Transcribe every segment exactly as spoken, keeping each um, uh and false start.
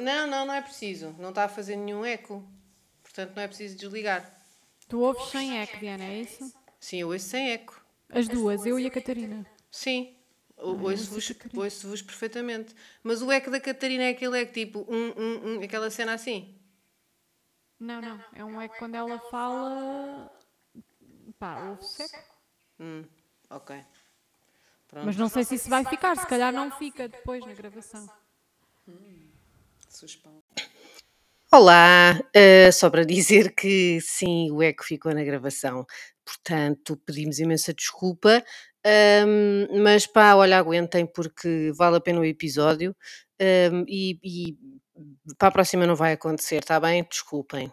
Não, não, não é preciso. Não está a fazer nenhum eco. Portanto, não é preciso desligar. Tu ouves sem eco, Diana, é isso? Sim, eu ouço sem eco. As duas, eu e a Catarina. Sim, Ah, eu ouço ouço-vos, a Catarina. ouço-vos perfeitamente. Mas o eco da Catarina é aquele eco tipo, um, um, um, aquela cena assim. Não, não, é um eco quando ela fala... Pá, ouve-se eco. Hum, ok. Pronto. Mas não sei se isso vai ficar, se calhar não fica depois na gravação. Suspense. Olá, uh, só para dizer que sim, o eco ficou na gravação, portanto pedimos imensa desculpa, um, mas pá, olha, aguentem porque vale a pena o episódio um, e, e para a próxima não vai acontecer, está bem? Desculpem.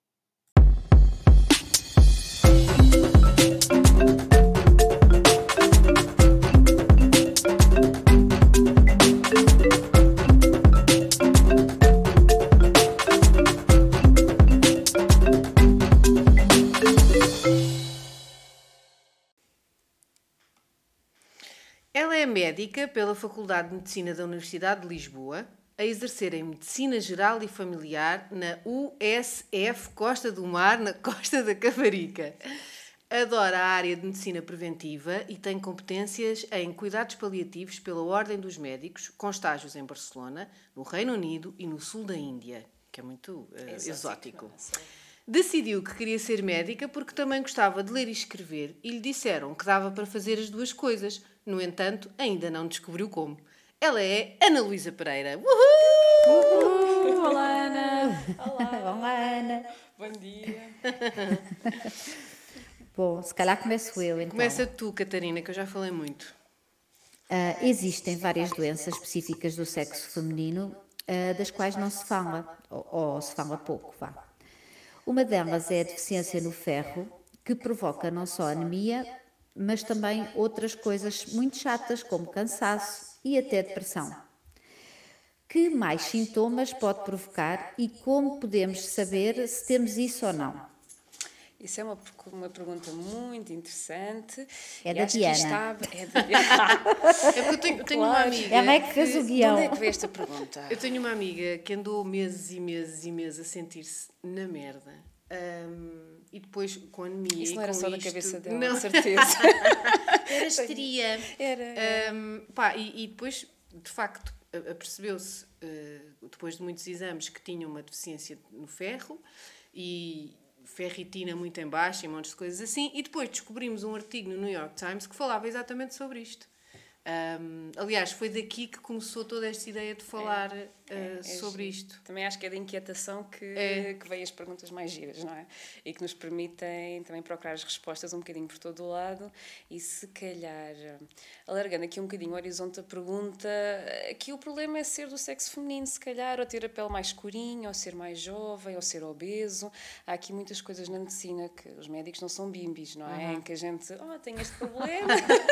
Ela é médica pela Faculdade de Medicina da Universidade de Lisboa, a exercer em Medicina Geral e Familiar na U S F Costa do Mar, na Costa da Caparica. Adora a área de Medicina Preventiva e tem competências em cuidados paliativos pela Ordem dos Médicos, com estágios em Barcelona, no Reino Unido e no sul da Índia, que é muito uh, exótico. Decidiu que queria ser médica porque também gostava de ler e escrever e lhe disseram que dava para fazer as duas coisas. No entanto, ainda não descobriu como. Ela é Ana Luísa Pereira. Uhul! Uhul! Olá, Ana! Olá! Olá, Ana! Bom dia! Bom, se calhar começo eu então. Começa tu, Catarina, que eu já falei muito. Uh, existem várias doenças específicas do sexo feminino uh, das quais não se fala, ou, ou se fala pouco, vá. Uma delas é a deficiência no ferro, que provoca não só anemia, mas também outras coisas muito chatas, como cansaço e até depressão. Que mais sintomas pode provocar e como podemos saber se temos isso ou não? Isso é uma, uma pergunta muito interessante. É e da acho Diana. Que está, é da Diana. É porque eu tenho, eu tenho uma amiga... Ela é que fez o De guião. onde é que veio esta pergunta? Eu tenho uma amiga que andou meses e meses e meses a sentir-se na merda. Um, e depois com anemia Isso e não era com só isto... da cabeça dela, não. de certeza. Era histeria. Era. era. Um, pá, e, e depois, de facto, apercebeu-se, uh, depois de muitos exames, que tinha uma deficiência no ferro e ferritina muito em baixo e montes de coisas assim. E depois descobrimos um artigo no New York Times que falava exatamente sobre isto. Um, aliás, foi daqui que começou toda esta ideia de falar é, uh, é, sobre é isto. Também acho que é da inquietação que, é. que vêm as perguntas mais giras, não é? E que nos permitem também procurar as respostas um bocadinho por todo o lado e se calhar, alargando aqui um bocadinho o horizonte da pergunta, aqui o problema é ser do sexo feminino, se calhar, ou ter a pele mais escurinha, ou ser mais jovem, ou ser obeso. Há aqui muitas coisas na medicina que os médicos não são bimbis, não é? Uhum. Em que a gente, oh, tem este problema,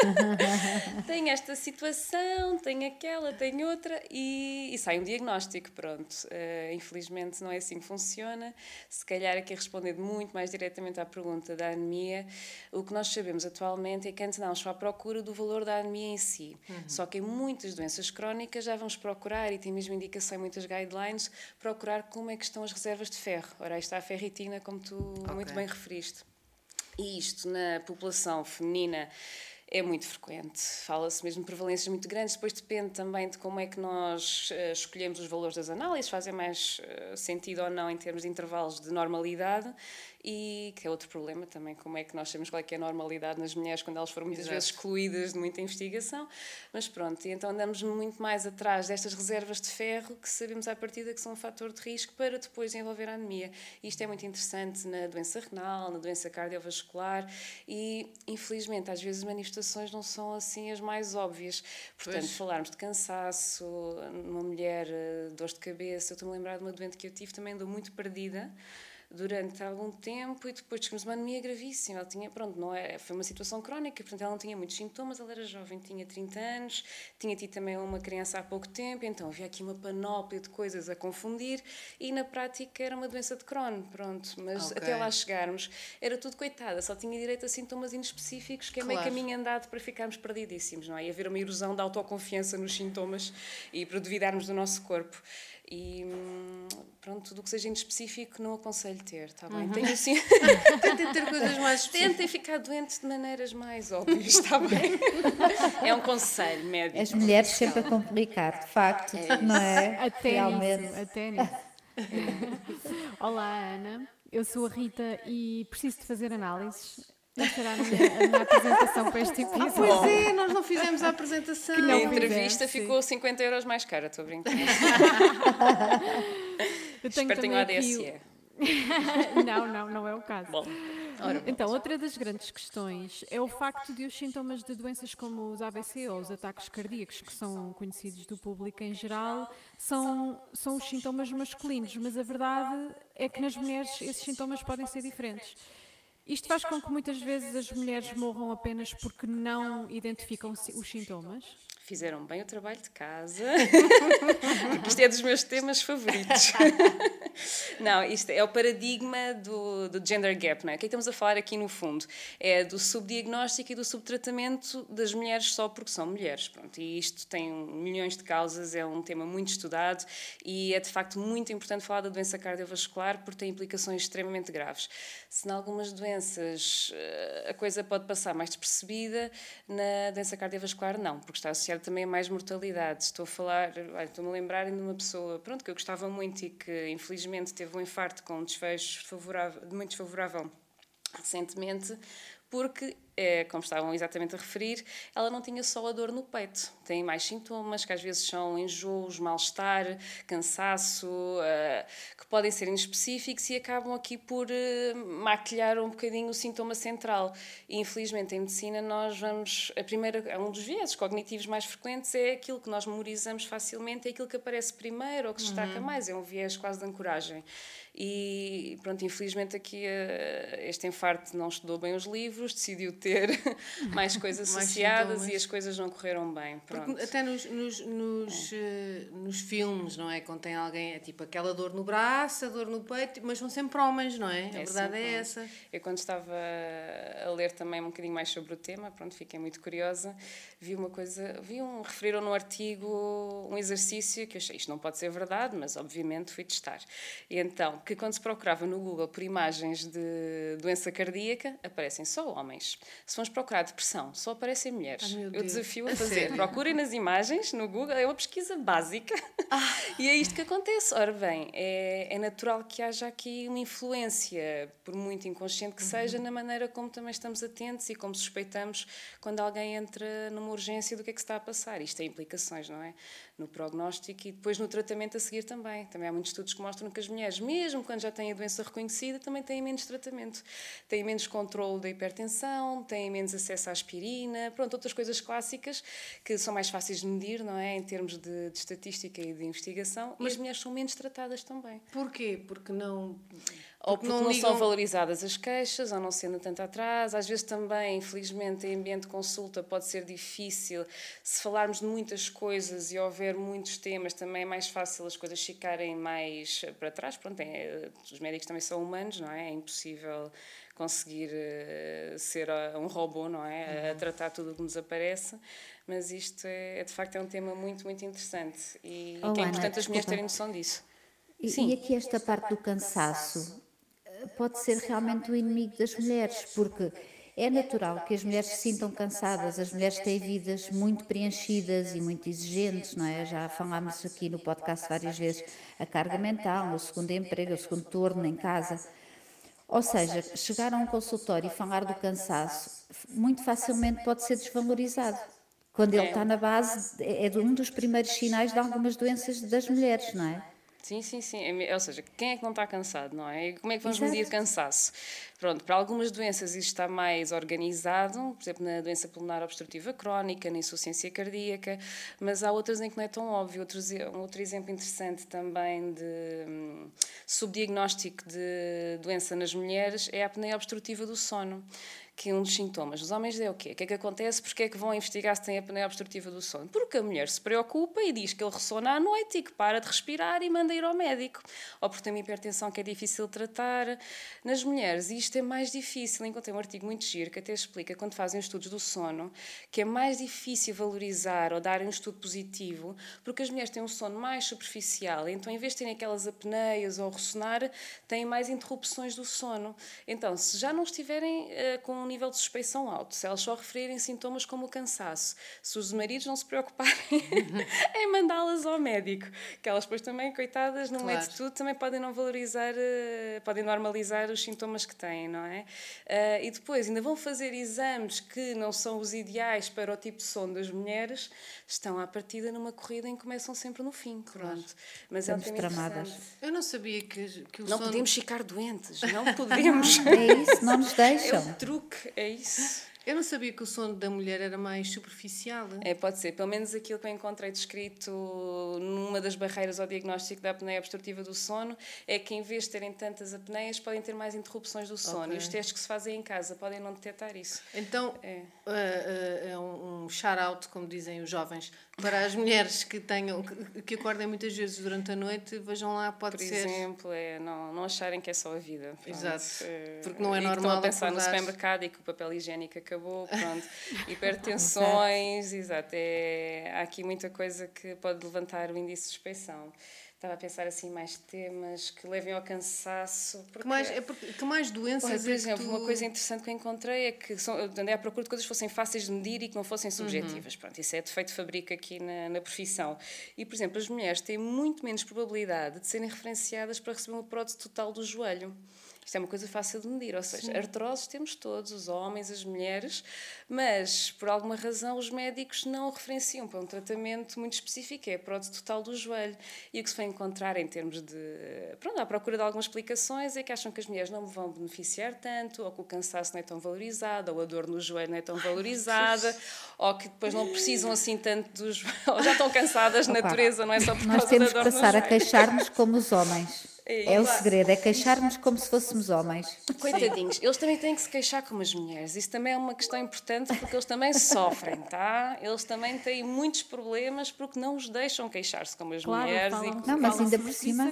tem esta esta situação, tem aquela, tem outra e, e sai um diagnóstico, pronto. Uh, infelizmente não é assim que funciona. Se calhar aqui a responder muito mais diretamente à pergunta da anemia, o que nós sabemos atualmente é que antes andávamos à procura do valor da anemia em si. Uhum. Só que em muitas doenças crónicas já vamos procurar, e tem mesmo indicação em muitas guidelines, procurar como é que estão as reservas de ferro. Ora, aí está a ferritina, como tu okay. muito bem referiste. E isto na população feminina é muito frequente, fala-se mesmo de prevalências muito grandes, depois depende também de como é que nós uh, escolhemos os valores das análises, fazem mais uh, sentido ou não em termos de intervalos de normalidade, e que é outro problema também, como é que nós sabemos qual é que é a normalidade nas mulheres quando elas foram muitas Exato. vezes excluídas de muita investigação, mas pronto, e então andamos muito mais atrás destas reservas de ferro que sabemos à partida que são um fator de risco para depois desenvolver a anemia. E isto é muito interessante na doença renal, na doença cardiovascular e, infelizmente, às vezes manifestações não são assim as mais óbvias. Portanto, pois. falarmos de cansaço, numa mulher, dor de cabeça, eu estou-me a lembrar de uma doente que eu tive, também andou muito perdida durante algum tempo e depois descobrimos uma anemia gravíssima. Ela tinha, pronto, não é, foi uma situação crónica, portanto ela não tinha muitos sintomas, ela era jovem, tinha trinta anos, tinha tido também uma criança há pouco tempo, então havia aqui uma panóplia de coisas a confundir e na prática era uma doença de Crohn, pronto, mas okay. até lá chegarmos era tudo coitada, só tinha direito a sintomas inespecíficos, que é claro. meio caminho andado para ficarmos perdidíssimos, não é? E haver uma erosão da autoconfiança nos sintomas e para duvidarmos do nosso corpo. E, pronto, tudo o que seja inespecífico não aconselho ter, está bem? Uhum. Tenho assim... Tentem ter coisas mais específicas. Tentem ficar doentes de maneiras mais óbvias, está bem? É um conselho médico. As mulheres sempre a complicar, de facto, é não é? Até Realmente. Nisso, até nisso. É. Olá, Ana. Eu sou a Rita e preciso de fazer análises. Esta será a minha, a minha apresentação para este episódio. Ah, pois é, nós não fizemos a apresentação. Que não a entrevista fizemos, ficou sim. cinquenta euros mais cara, estou a brincar. Eu tenho Espero que tenha o A D S E. O... não, não, não é o caso. Bom, ora, então, outra das grandes questões é o facto de os sintomas de doenças como os A V C ou os ataques cardíacos, que são conhecidos do público em geral, são, são os sintomas masculinos, mas a verdade é que nas mulheres esses sintomas podem ser diferentes. Isto faz com que muitas vezes as mulheres morram apenas porque não identificam os sintomas. Fizeram bem o trabalho de casa, porque isto é dos meus temas favoritos. Não, isto é o paradigma do, do gender gap, não é? O que é que estamos a falar aqui no fundo? É do subdiagnóstico e do subtratamento das mulheres só porque são mulheres. Pronto, e isto tem milhões de causas, é um tema muito estudado e é de facto muito importante falar da doença cardiovascular porque tem implicações extremamente graves. Se em algumas doenças a coisa pode passar mais despercebida, na doença cardiovascular não, porque está associada também a mais mortalidade. Estou a falar, estou-me a lembrar de uma pessoa pronto, que eu gostava muito e que infelizmente teve um infarto com um desfecho favorável, muito desfavorável recentemente, porque, é, como estavam exatamente a referir, ela não tinha só a dor no peito. Tem mais sintomas, que às vezes são enjoos, mal-estar, cansaço, uh, que podem ser inespecíficos e acabam aqui por uh, maquilhar um bocadinho o sintoma central. E, infelizmente, em medicina, nós vamos... A primeira, um dos vieses cognitivos mais frequentes é aquilo que nós memorizamos facilmente, é aquilo que aparece primeiro ou que se destaca uhum. mais. É um viés quase de ancoragem. E, pronto, infelizmente aqui uh, este infarto não estudou bem os livros, decidiu ter mais coisas associadas mais e as coisas não correram bem. Pronto. Porque até nos, nos, nos, é. uh, nos filmes, não é? Quando tem alguém, é tipo aquela dor no braço, a dor no peito, mas são sempre homens, não é? A é verdade é essa. Eu quando estava a ler também um bocadinho mais sobre o tema, pronto, fiquei muito curiosa, vi uma coisa, vi um, referiram no artigo um exercício que eu achei, isto não pode ser verdade, mas obviamente fui testar. E então, que quando se procurava no Google por imagens de doença cardíaca, aparecem só homens. Se formos procurar depressão, só aparecem mulheres. Ai, eu desafio a fazer. A Procurem nas imagens no Google, é uma pesquisa básica. Ah. E é isto que acontece. Ora bem, é, é natural que haja aqui uma influência, por muito inconsciente que uhum. seja, na maneira como também estamos atentos e como suspeitamos quando alguém entra numa urgência do que é que se está a passar. Isto tem implicações, não é? No prognóstico e depois no tratamento a seguir também. Também há muitos estudos que mostram que as mulheres, mesmo quando já têm a doença reconhecida, também têm menos tratamento. Têm menos controle da hipertensão, têm menos acesso à aspirina, pronto, outras coisas clássicas que são mais fáceis de medir, não é? Em termos de, de estatística e de investigação. Mas e as mulheres são menos tratadas também. Porquê? Porque não... Ou porque não, não ligam... são valorizadas as queixas, ou não sendo tanto atrás. Às vezes também, infelizmente, em ambiente de consulta pode ser difícil. Se falarmos de muitas coisas e houver muitos temas, também é mais fácil as coisas ficarem mais para trás. Pronto, é, os médicos também são humanos, não é? É impossível conseguir uh, ser uh, um robô, não é? Uhum. A tratar tudo o que nos aparece. Mas isto, é, é, de facto, é um tema muito, muito interessante. E, oh, e que é importante Ana, as mulheres terem noção disso. E, Sim. e aqui esta parte do cansaço pode ser realmente o inimigo das mulheres, porque é natural que as mulheres se sintam cansadas, as mulheres têm vidas muito preenchidas e muito exigentes, não é? Já falámos aqui no podcast várias vezes, a carga mental, o segundo emprego, o segundo turno em casa. Ou seja, chegar a um consultório e falar do cansaço muito facilmente pode ser desvalorizado. Quando ele está na base, é um dos primeiros sinais de algumas doenças das mulheres, não é? Sim, sim, sim. Ou seja, quem é que não está cansado, não é? E como é que vamos Exato. medir cansaço? Pronto, para algumas doenças isto está mais organizado, por exemplo, na doença pulmonar obstrutiva crónica, na insuficiência cardíaca, mas há outras em que não é tão óbvio. Outros, um outro exemplo interessante também de um, subdiagnóstico de doença nas mulheres é a apneia obstrutiva do sono, que um dos sintomas dos homens é o quê? O que é que acontece? Porque é que vão investigar se tem apneia obstrutiva do sono? Porque a mulher se preocupa e diz que ele ressona à noite e que para de respirar e manda ir ao médico. Ou porque tem uma hipertensão que é difícil de tratar. Nas mulheres isto é mais difícil. Encontrei um artigo muito giro que até explica, quando fazem estudos do sono, que é mais difícil valorizar ou dar um estudo positivo porque as mulheres têm um sono mais superficial. Então, em vez de terem aquelas apneias ou ressonar, têm mais interrupções do sono. Então, se já não estiverem uh, com um nível de suspeição alto, se elas só referirem sintomas como o cansaço, se os maridos não se preocuparem em mandá-las ao médico, que elas depois também, coitadas, no meio de tudo, também podem não valorizar, uh, podem normalizar os sintomas que têm, não é? Uh, e depois ainda vão fazer exames que não são os ideais para o tipo de sono das mulheres, estão à partida numa corrida em que começam sempre no fim, pronto. Mas é um tema interessante. Eu não sabia que, que o Não sono... podemos ficar doentes, não podemos. É isso, não nos É deixam. o truque, é isso. Eu não sabia que o sono da mulher era mais superficial. É, pode ser. Pelo menos aquilo que eu encontrei descrito numa das barreiras ao diagnóstico da apneia obstrutiva do sono é que, em vez de terem tantas apneias, podem ter mais interrupções do sono. Okay. E os testes que se fazem em casa podem não detectar isso. Então, é, uh, uh, é um, um shout-out, como dizem os jovens, para as mulheres que tenham que, que acordem muitas vezes durante a noite, vejam lá, pode Por ser... Por exemplo, é, não, não acharem que é só a vida. Pronto. Exato. É, porque não é e normal estão a pensar acordar... no supermercado e que o papel higiênico acabou, pronto. Hipertensões, exato. É, há aqui muita coisa que pode levantar o índice de suspeição. Estava a pensar assim mais temas que levem ao cansaço. Porque, que, mais, é porque, que mais doenças olha, por é exemplo, que tu... uma coisa interessante que eu encontrei é que são, eu andei à procura de coisas que fossem fáceis de medir e que não fossem subjetivas. Uhum. Pronto, isso é defeito de fabrico aqui na, na profissão. E, por exemplo, as mulheres têm muito menos probabilidade de serem referenciadas para receber uma prótese total do joelho. Isto é uma coisa fácil de medir, ou seja, Sim. artroses temos todos, os homens, as mulheres, mas por alguma razão os médicos não o referenciam para um tratamento muito específico, é a prótese total do joelho. E o que se vai encontrar em termos de... Pronto, à procura de algumas explicações é que acham que as mulheres não vão beneficiar tanto, ou que o cansaço não é tão valorizado, ou a dor no joelho não é tão valorizada, ou que depois não precisam assim tanto do joelho, ou já estão cansadas de natureza, não é só por causa da dor no joelho. Nós temos que passar a queixar-nos como os homens. É, é o segredo, é queixar-nos como se fôssemos homens. Coitadinhos, eles também têm que se queixar como as mulheres. Isso também é uma questão importante porque eles também sofrem, tá? Eles também têm muitos problemas porque não os deixam queixar-se como as claro, mulheres. Falam, e... Não, mas ainda por cima,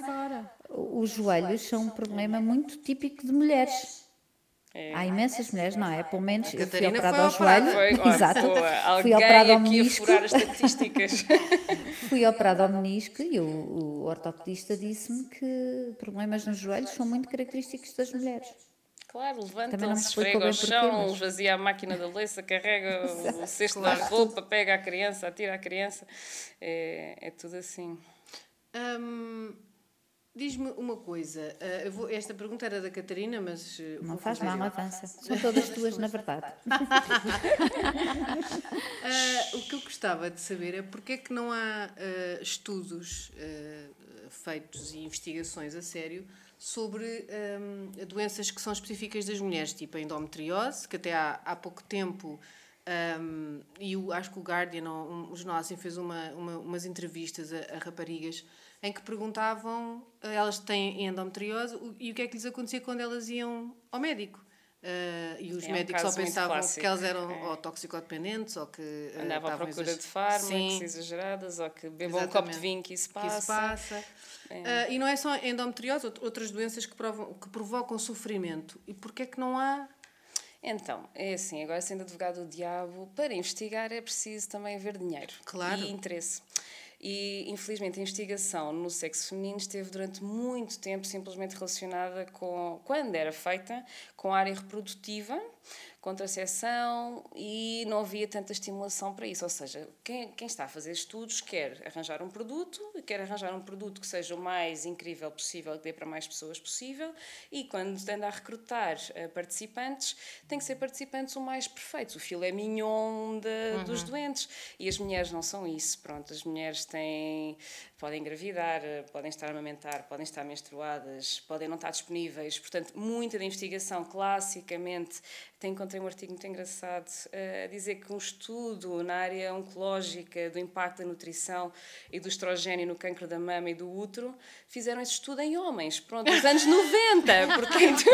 os joelhos são um problema muito típico de mulheres. É. Há imensas mulheres, não é? Pelo menos eu fui operada ao joelho. Foi, olha, Exato. Boa. Fui operada ao aqui menisco. A furar as estatísticas. Fui operada ao menisco e o, o ortopedista disse-me que problemas nos joelhos são muito característicos das mulheres. Claro, levanta-se, esfrega ao chão, mas... esvazia a máquina da louça, carrega o cesto da roupa, pega a criança, atira a criança. É, é tudo assim. Hum... Diz-me uma coisa, uh, eu vou, esta pergunta era da Catarina, mas... Uh, não faz mal, eu. Avança. São todas tuas, na verdade. uh, o que eu gostava de saber é porque é que não há uh, estudos uh, feitos e investigações a sério sobre um, doenças que são específicas das mulheres, tipo a endometriose, que até há, há pouco tempo... Um, e eu acho que o Guardian, um, o jornal assim, fez uma, uma, umas entrevistas a, a raparigas em que perguntavam, elas têm endometriose, e o que é que lhes acontecia quando elas iam ao médico. Uh, e os é médicos um só pensavam que elas eram é. ou toxicodependentes ou que uh, andavam à procura exager... de fármacos Sim. exageradas ou que bebam um copo de vinho que isso passa. Que isso passa. É. Uh, e não é só endometriose, outras doenças que, provam, que provocam sofrimento. E porquê é que não há... Então, é assim, agora sendo advogado do diabo, para investigar é preciso também haver dinheiro claro. E interesse. E, infelizmente, a investigação no sexo feminino esteve durante muito tempo simplesmente relacionada com, quando era feita, com a área reprodutiva, contracepção, e não havia tanta estimulação para isso. Ou seja, quem, quem está a fazer estudos quer arranjar um produto, quer arranjar um produto que seja o mais incrível possível, que dê para mais pessoas possível, e quando anda a recrutar uh, participantes, tem que ser participantes o mais perfeitos, o filé mignon de, uhum. dos doentes. E as mulheres não são isso, pronto, as mulheres têm... podem engravidar, podem estar a amamentar, podem estar menstruadas, podem não estar disponíveis. Portanto, muita da investigação, classicamente, até encontrei um artigo muito engraçado, a dizer que um estudo na área oncológica do impacto da nutrição e do estrogênio no cancro da mama e do útero, fizeram esse estudo em homens, pronto, nos anos noventa, portanto,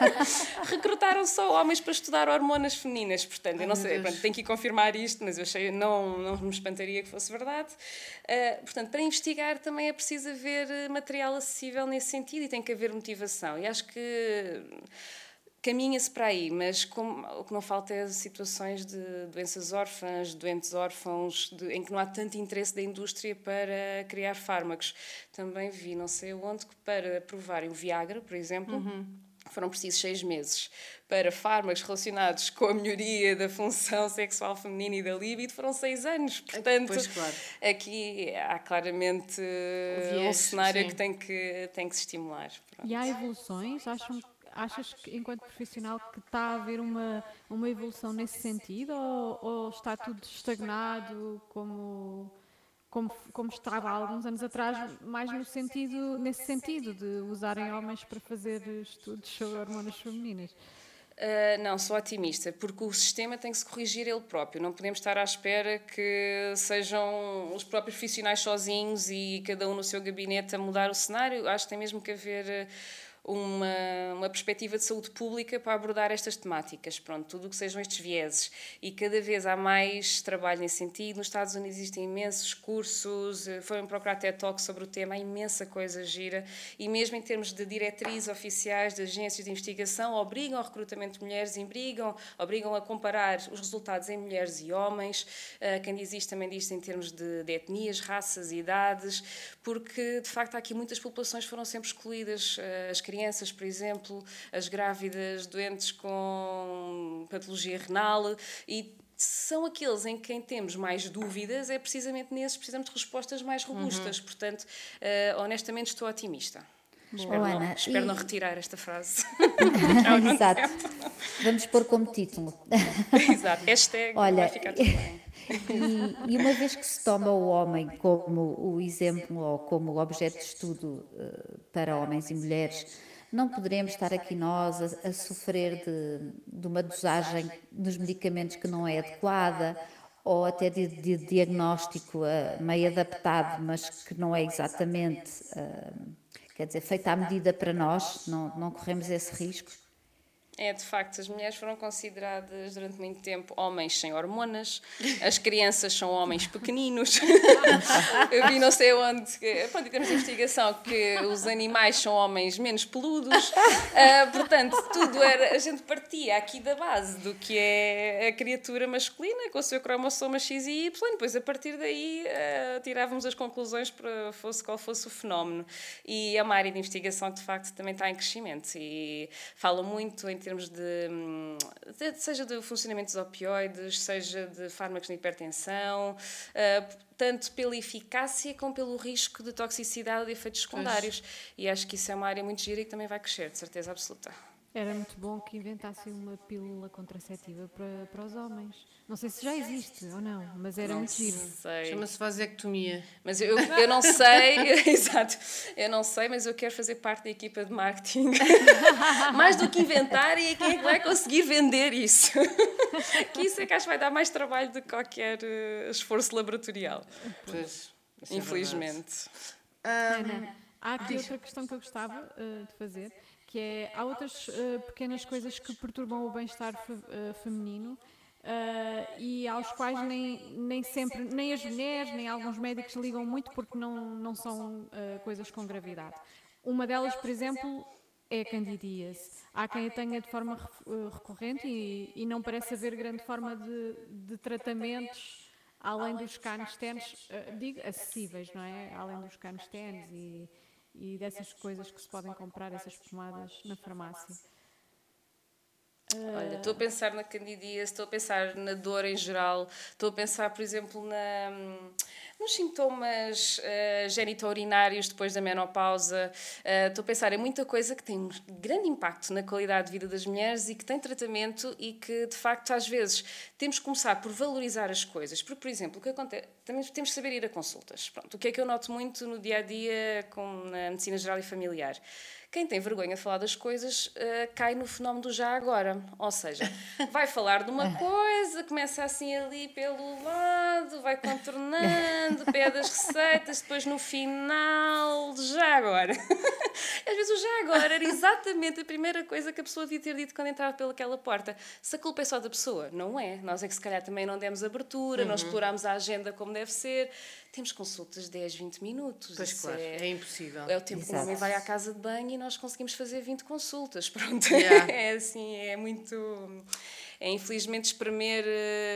recrutaram só homens para estudar hormonas femininas, portanto, eu não sei, pronto, tenho que ir confirmar isto, mas eu achei, não, não me espantaria que fosse verdade. Uh, portanto, para investigar também é preciso haver material acessível nesse sentido e tem que haver motivação, e acho que caminha-se para aí, mas como, o que não falta é situações de doenças órfãs, doentes órfãos, de, em que não há tanto interesse da indústria para criar fármacos. Também vi, não sei onde, que para provarem o Viagra, por exemplo, uhum. foram precisos seis meses. Para fármacos relacionados com a melhoria da função sexual feminina e da libido, foram seis anos. Portanto, pois, claro. Aqui há claramente viés, um cenário sim. que tem, que tem que se estimular. Pronto. E há evoluções? Acham Achas que, enquanto profissional, que está a haver uma, uma evolução nesse sentido ou, ou está tudo estagnado como, como, como estava há alguns anos atrás, mais no sentido, nesse sentido de usarem homens para fazer estudos sobre hormonas femininas? Uh, não, sou otimista, porque o sistema tem que se corrigir ele próprio. Não podemos estar à espera que sejam os próprios profissionais sozinhos e cada um no seu gabinete a mudar o cenário. Acho que tem mesmo que haver uma, uma perspectiva de saúde pública para abordar estas temáticas, pronto, tudo o que sejam estes vieses. E cada vez há mais trabalho nesse sentido. Nos Estados Unidos existem imensos cursos, foram procurar TED Talks sobre o tema, há imensa coisa gira, e mesmo em termos de diretrizes oficiais de agências de investigação, obrigam ao recrutamento de mulheres, obrigam, obrigam a comparar os resultados em mulheres e homens. Quem diz isto também diz em termos de, de etnias, raças e idades, porque de facto há aqui muitas populações que foram sempre excluídas. As crianças, por exemplo, as grávidas doentes com patologia renal, e são aqueles em quem temos mais dúvidas, é precisamente nesses precisamos de respostas mais robustas. Uhum. Portanto, uh, honestamente estou otimista. Espero, oh, não, Ana, espero e... não retirar esta frase. Exato. Vamos pôr como título. Exato. Hashtag Olha, vai ficar tudo bem. E, e uma vez que se toma o homem como o exemplo ou como objeto de estudo uh, para homens e mulheres, não poderemos estar aqui nós a, a sofrer de, de uma dosagem dos medicamentos que não é adequada, ou até de, de diagnóstico uh, meio adaptado, mas que não é exatamente, uh, quer dizer, feito à medida para nós, não, não corremos esse risco? É, de facto, as mulheres foram consideradas durante muito tempo homens sem hormonas, as crianças são homens pequeninos. Eu vi não sei onde, pronto, em termos de investigação, que os animais são homens menos peludos. Uh, portanto, tudo era, a gente partia aqui da base do que é a criatura masculina, com o seu cromossoma X e Y, depois a partir daí uh, tirávamos as conclusões para fosse qual fosse o fenómeno. E é uma área de investigação que, de facto, também está em crescimento e fala muito em termos de, de, seja de funcionamento dos opioides, seja de fármacos de hipertensão, uh, tanto pela eficácia como pelo risco de toxicidade e efeitos secundários. Pois. E acho que isso é uma área muito gira e que também vai crescer, de certeza absoluta. Era muito bom que inventassem uma pílula contraceptiva para, para os homens. Não sei se já existe ou não, mas era não muito giro. Chama-se vasectomia. Mas eu, eu não sei, exato, eu não sei, mas eu quero fazer parte da equipa de marketing. Mais do que inventar, e quem é que vai conseguir vender isso? Que isso é que acho que vai dar mais trabalho do que qualquer uh, esforço laboratorial. Pois, infelizmente. É Ana, há aqui outra questão que eu gostava uh, de fazer, que é, há outras uh, pequenas coisas que perturbam o bem-estar fe, uh, feminino uh, e aos quais nem, nem sempre, nem as mulheres, nem alguns médicos ligam muito porque não, não são uh, coisas com gravidade. Uma delas, por exemplo, é a candidíase. Há quem a tenha de forma uh, recorrente e, e não parece haver grande forma de, de tratamentos além dos canos externos, uh, digo, acessíveis, não é? Além dos canos externos e e dessas coisas que se podem comprar, essas pomadas na farmácia. Olha, estou a pensar na candidíase, estou a pensar na dor em geral, estou a pensar, por exemplo, na, Nos sintomas uh, genito-urinários depois da menopausa, uh, estou a pensar em muita coisa que tem um grande impacto na qualidade de vida das mulheres e que tem tratamento e que, de facto, às vezes temos que começar por valorizar as coisas. Porque, por exemplo, o que acontece, também temos que saber ir a consultas. Pronto, o que é que eu noto muito no dia-a-dia com, na medicina geral e familiar? Quem tem vergonha de falar das coisas uh, cai no fenómeno do já agora. Ou seja, vai falar de uma coisa, começa assim ali pelo lado, vai contornando, pede as receitas, depois no final, já agora. Às vezes o já agora era exatamente a primeira coisa que a pessoa devia ter dito quando entrava pelaquela porta. Se a culpa é só da pessoa, não é. Nós é que se calhar também não demos abertura, uhum. não explorámos a agenda como deve ser. Temos consultas de dez, vinte minutos. Pois claro, é, é impossível. É o tempo que o homem vai à casa de banho e nós conseguimos fazer vinte consultas. Pronto, yeah. é assim, é muito... É infelizmente espremer,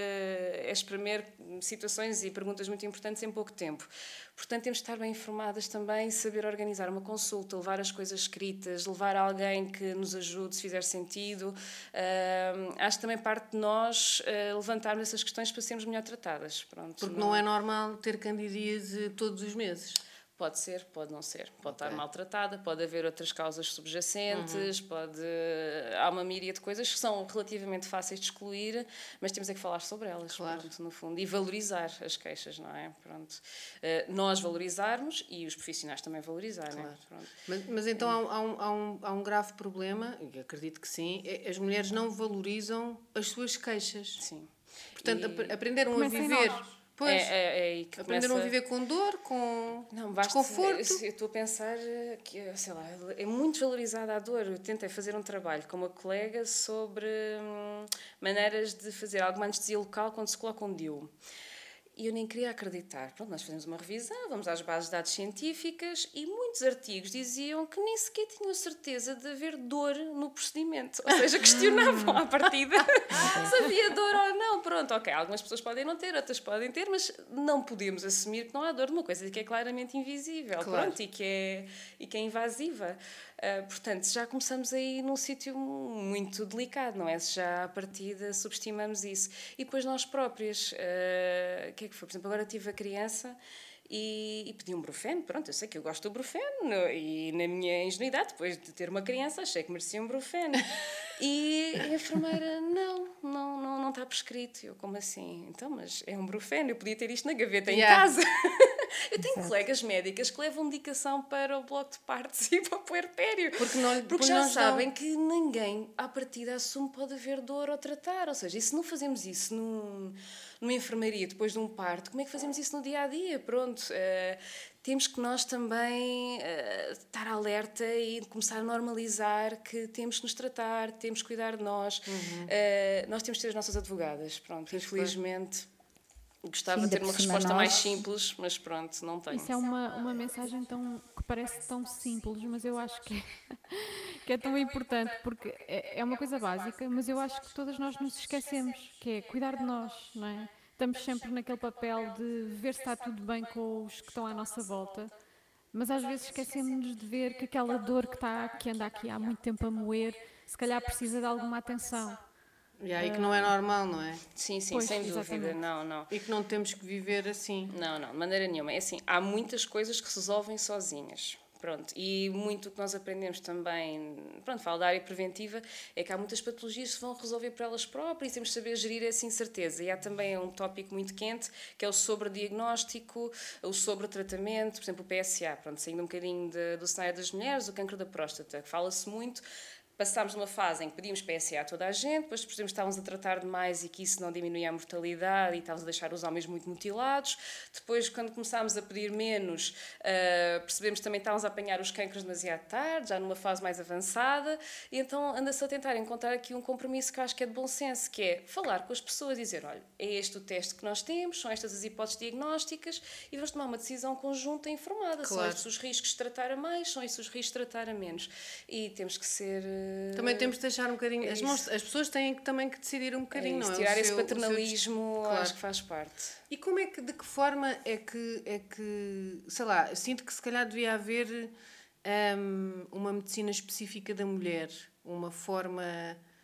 é espremer situações e perguntas muito importantes em pouco tempo. Portanto, temos de estar bem informadas também, saber organizar uma consulta, levar as coisas escritas, levar alguém que nos ajude, se fizer sentido. Uh, acho que também parte de nós uh, levantarmos essas questões para sermos melhor tratadas. Pronto, Porque não, não é normal ter candidíase todos os meses. Pode ser, pode não ser. Pode okay. estar maltratada, pode haver outras causas subjacentes, uhum. pode... Há uma míria de coisas que são relativamente fáceis de excluir, mas temos é que falar sobre elas, claro. Pronto, no fundo, e valorizar as queixas, não é? Pronto. Uh, nós valorizarmos e os profissionais também valorizarem. Claro. Pronto. Mas, mas então há, há, um, há, um, há um grave problema, e acredito que sim, é, as mulheres não valorizam as suas queixas. Sim. Portanto, E... aprenderam Comecem a viver... nós. Pois, é, é, é aí que aprenderam começa... a viver com dor, com não, basta, desconforto. Eu estou a pensar que, sei lá, é muito valorizada a dor. Eu tentei fazer um trabalho com uma colega sobre hum, maneiras de fazer alguma anestesia local quando se coloca um D I U. E eu nem queria acreditar. Pronto, nós fazemos uma revisão, vamos às bases de dados científicas e muitos artigos diziam que nem sequer tinham certeza de haver dor no procedimento. Ou seja, questionavam à partida se havia dor ou não. Pronto, ok, algumas pessoas podem não ter, outras podem ter, mas não podemos assumir que não há dor de uma coisa que é claramente invisível, claro. Pronto, e que é, e que é invasiva. Uh, portanto, já começamos aí num sítio muito delicado, não é? Se já à partida subestimamos isso. E depois nós próprias, uh, que é que foi? Por exemplo, agora tive a criança e, e pedi um Brufen, pronto, eu sei que eu gosto do Brufen e na minha ingenuidade, depois de ter uma criança, achei que merecia um Brufen. E a enfermeira, não, não, não, não está prescrito. Eu, como assim? Então, mas é um Brufen, eu podia ter isto na gaveta yeah. em casa. Eu tenho Exato. colegas médicas que levam medicação para o bloco de partos e para o puerpério. Porque, não, porque já sabem que ninguém, à partida, assume pode haver dor ou tratar. Ou seja, e se não fazemos isso num, numa enfermaria depois de um parto, como é que fazemos isso no dia-a-dia? Pronto, uh, temos que nós também uh, estar alerta e começar a normalizar que temos que nos tratar, temos que cuidar de nós. Uhum. Uh, nós temos que ter as nossas advogadas. Pronto, infelizmente... Gostava Sim, de ter uma resposta nós... mais simples, mas pronto, não tenho. Isso é uma, uma mensagem tão, que parece tão simples, mas eu acho que é, que é tão importante, porque é, é uma coisa básica, mas eu acho que todas nós nos esquecemos, que é cuidar de nós, não é? Estamos sempre naquele papel de ver se está tudo bem com os que estão à nossa volta, mas às vezes esquecemos de ver que aquela dor que, está, que anda aqui há muito tempo a moer, se calhar precisa de alguma atenção. Yeah, e que não é normal, não é? Sim, sim, Pois, sem dúvida, exatamente. não, não. E que não temos que viver assim. Não, não, de maneira nenhuma. É assim, há muitas coisas que se resolvem sozinhas. Pronto, e muito o que nós aprendemos também, pronto, falo da área preventiva, é que há muitas patologias que se vão resolver por elas próprias e temos de saber gerir essa incerteza. E há também um tópico muito quente, que é o sobrediagnóstico, o sobretratamento, por exemplo, o P S A, pronto, saindo um bocadinho de, do cenário das mulheres, o cancro da próstata, que fala-se muito. Passámos numa fase em que pedimos P S A a toda a gente, depois percebemos que estávamos a tratar demais e que isso não diminuía a mortalidade e estávamos a deixar os homens muito mutilados. Depois, quando começámos a pedir menos, uh, percebemos que também estávamos a apanhar os cancros demasiado tarde, já numa fase mais avançada, e então anda-se a tentar encontrar aqui um compromisso que eu acho que é de bom senso, que é falar com as pessoas e dizer, olha, é este o teste que nós temos, são estas as hipóteses diagnósticas e vamos tomar uma decisão conjunta e informada. Claro. São estes os riscos de tratar a mais, são estes os riscos de tratar a menos. E temos que ser... Também temos de deixar um bocadinho... É as, mãos, as pessoas têm que, também que decidir um bocadinho, é isso, não é? Tirar O esse seu, paternalismo, seu... Claro. Acho que faz parte. E como é que, de que forma é que, é que sei lá, sinto que se calhar devia haver um, uma medicina específica da mulher, uma forma...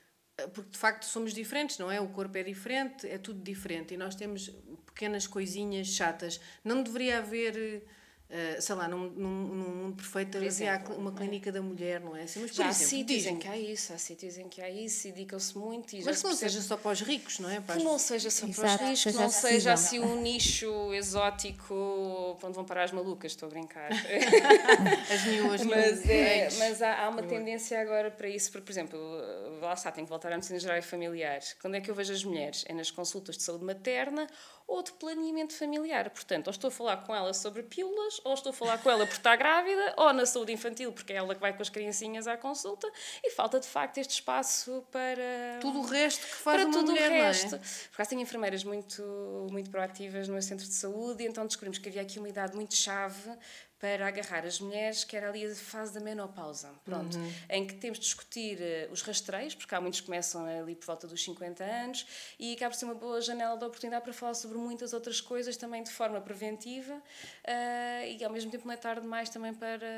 porque de facto somos diferentes, não é? O corpo é diferente, é tudo diferente e nós temos pequenas coisinhas chatas. Não deveria haver... Uh, sei lá, num, num, num mundo perfeito havia uma clínica da mulher, não é assim? Mas, por já há exemplo, sítios em que há isso, há sítios em que há isso e dedicam-se muito. E já mas se que não percebe... seja só para os ricos, não é? Para que as... não seja só para Exato, os ricos, que seja não acessível. seja assim um nicho exótico para onde vão parar as malucas, estou a brincar. as new, as mas new é, age. mas há, há uma tendência agora para isso, porque, por exemplo, lá está, tenho que voltar à medicina geral e familiar. Quando é que eu vejo as mulheres? É nas consultas de saúde materna ou de planeamento familiar. Portanto, ou estou a falar com ela sobre pílulas, ou estou a falar com ela porque está grávida, ou na saúde infantil, porque é ela que vai com as criancinhas à consulta, e falta, de facto, este espaço para... tudo o resto que faz para uma tudo mulher, o resto. não é? Por acaso tenho enfermeiras muito, muito proativas no meu centro de saúde, e então descobrimos que havia aqui uma idade muito chave para agarrar as mulheres, que era ali a fase da menopausa, pronto, uhum. em que temos de discutir uh, os rastreios, porque há muitos que começam ali por volta dos cinquenta anos, e acaba por ser uma boa janela de oportunidade para falar sobre muitas outras coisas, também de forma preventiva, uh, e ao mesmo tempo não é tarde demais também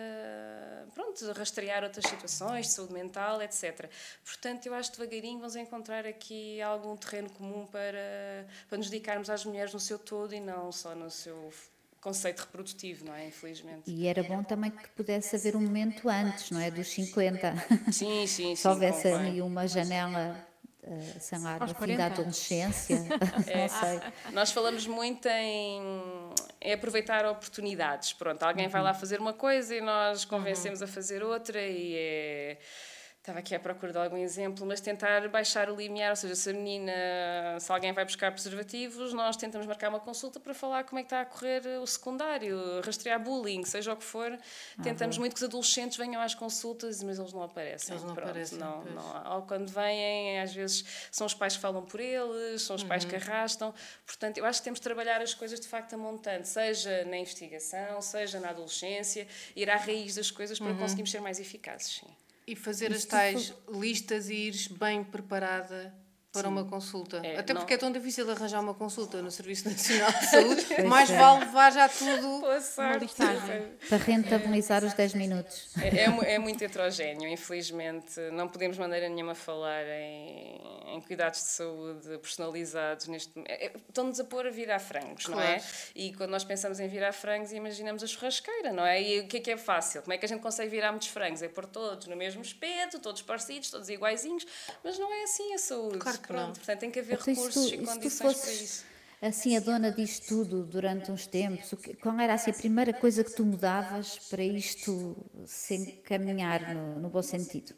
para, pronto, rastrear outras situações de saúde mental, etcétera. Portanto, eu acho que devagarinho vamos encontrar aqui algum terreno comum para, para nos dedicarmos às mulheres no seu todo e não só no seu conceito reprodutivo, não é? Infelizmente. E era bom também que pudesse haver um momento antes, não é? Dos cinquenta. Sim, sim, sim. Se houvesse ali uma janela, uh, sei lá, no fim da adolescência, é. Não sei. Nós falamos muito em, em aproveitar oportunidades. Pronto, alguém uhum. vai lá fazer uma coisa e nós convencemos uhum. a fazer outra e é... Estava aqui à procura de algum exemplo, mas tentar baixar o limiar, ou seja, se a menina, se alguém vai buscar preservativos, nós tentamos marcar uma consulta para falar como é que está a correr o secundário, rastrear bullying, seja o que for. Ah, tentamos bom. muito que os adolescentes venham às consultas, mas eles não aparecem. Eles não Pronto, aparecem. Não, não. Ou quando vêm, às vezes são os pais que falam por eles, são os uhum. pais que arrastam. Portanto, eu acho que temos de trabalhar as coisas de facto a montante, seja na investigação, seja na adolescência, ir à raiz das coisas para uhum. conseguirmos ser mais eficazes, sim. E fazer as tais for... listas e ires bem preparada para Sim. uma consulta. É, Até porque não... é tão difícil arranjar uma consulta no Serviço Nacional de Saúde, mais é. vale levar já tudo uma listagem. Para rentabilizar é, os dez minutos. É, é, é muito heterogéneo, infelizmente. Não podemos de maneira nenhuma falar em, em cuidados de saúde personalizados. Neste... Estão-nos a pôr a virar frangos, claro. não é? E quando nós pensamos em virar frangos, imaginamos a churrasqueira, não é? E o que é que é fácil? Como é que a gente consegue virar muitos frangos? É pôr todos no mesmo espeto, todos parecidos, todos iguaizinhos, mas não é assim a saúde. Claro. Pronto, não. portanto tem que haver então, recursos tu, e condições fosses, para isso. Assim, a dona disto tudo durante uns tempos, qual era assim, a primeira coisa que tu mudavas para isto se encaminhar no, no bom sentido?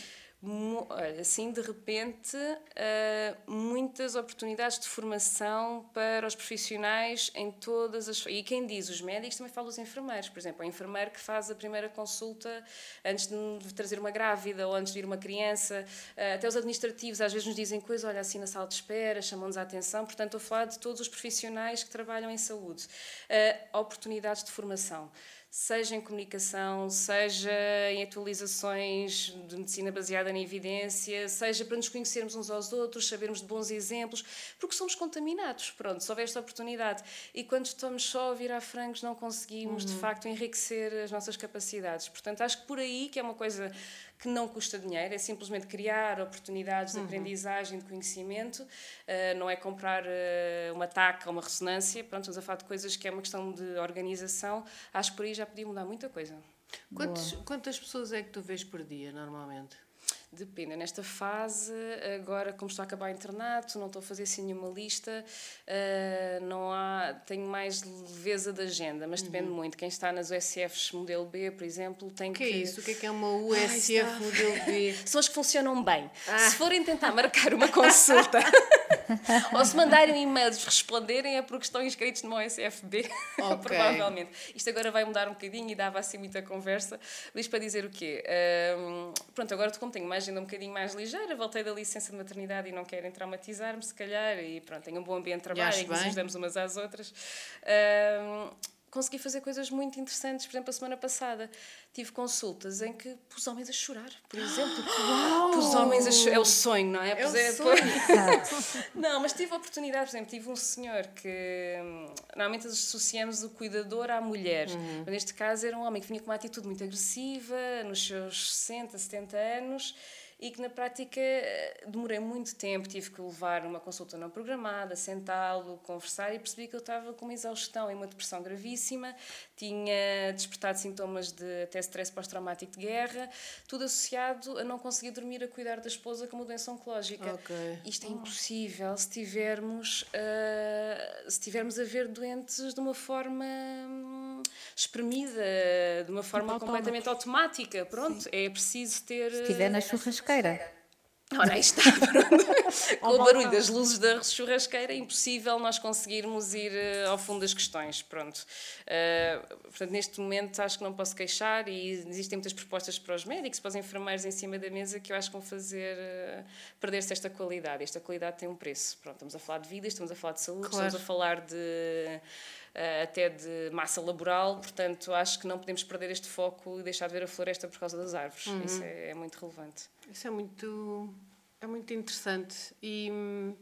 Olha, assim, de repente, uh, muitas oportunidades de formação para os profissionais em todas as... E quem diz os médicos também fala os enfermeiros. Por exemplo, o enfermeiro que faz a primeira consulta antes de trazer uma grávida ou antes de ir uma criança. Uh, até os administrativos às vezes nos dizem coisa, olha, assim na sala de espera, chamam-nos a atenção. Portanto, estou a falar de todos os profissionais que trabalham em saúde. Uh, oportunidades de formação. Seja em comunicação, seja em atualizações de medicina baseada na evidência, seja para nos conhecermos uns aos outros, sabermos de bons exemplos, porque somos contaminados, pronto, se houver esta oportunidade. E quando estamos só a virar frangos, não conseguimos, uhum. de facto, enriquecer as nossas capacidades. Portanto, acho que por aí, que é uma coisa que não custa dinheiro, é simplesmente criar oportunidades de uhum. aprendizagem, de conhecimento, uh, não é comprar uh, uma taca ou uma ressonância, pronto, estamos a falar de coisas que é uma questão de organização, acho que por aí já podia mudar muita coisa. Quantos, quantas pessoas é que tu vês por dia, normalmente? Depende. Nesta fase, agora, como estou a acabar o internato, não estou a fazer assim nenhuma lista, uh, não há, tenho mais leveza de agenda, mas depende uhum. muito. Quem está nas U S Fs modelo B, por exemplo, tem que... O que é isso? O que é que é uma U S F Ai, modelo B? São as que funcionam bem. Ah. Se forem tentar marcar uma consulta ou se mandarem um e-mail responderem é porque estão inscritos numa U S F B, okay. provavelmente. Isto agora vai mudar um bocadinho e dava assim muita conversa. Mas para dizer o quê? Um, pronto, agora como tenho uma agenda um bocadinho mais ligeira, voltei da licença de maternidade e não querem traumatizar-me, se calhar, e pronto, tenho um bom ambiente de trabalho em que nos ajudamos umas às outras. Um, consegui fazer coisas muito interessantes. Por exemplo, a semana passada tive consultas em que pus homens a chorar, por exemplo. Uau! Pus homens a chorar. É o sonho, não é? É pus o é, sonho. Não, mas tive a oportunidade, por exemplo, tive um senhor que normalmente associamos o cuidador à mulher. Uhum. Mas neste caso era um homem que vinha com uma atitude muito agressiva, nos seus sessenta, setenta anos, e que na prática demorei muito tempo, tive que levar uma consulta não programada, sentá-lo, conversar e percebi que eu estava com uma exaustão e uma depressão gravíssima, tinha despertado sintomas de até stress pós-traumático de guerra, tudo associado a não conseguir dormir a cuidar da esposa com uma doença oncológica. Okay. Isto é impossível se tivermos, uh, se tivermos a ver doentes de uma forma hum, espremida, de uma forma tipo completamente automática. Pronto, sim. É preciso ter... Se estiver na churrasqueira. Ora, aí está, com o barulho das luzes da churrasqueira é impossível nós conseguirmos ir uh, ao fundo das questões, pronto. Uh, portanto, neste momento acho que não posso queixar e existem muitas propostas para os médicos, para os enfermeiros em cima da mesa que eu acho que vão fazer uh, perder-se esta qualidade. Esta qualidade tem um preço. Pronto, estamos a falar de vida, estamos a falar de saúde, claro. Estamos a falar de... Uh, até de massa laboral, portanto acho que não podemos perder este foco e deixar de ver a floresta por causa das árvores. Uhum. Isso é, é muito relevante. Isso é muito, é muito interessante e,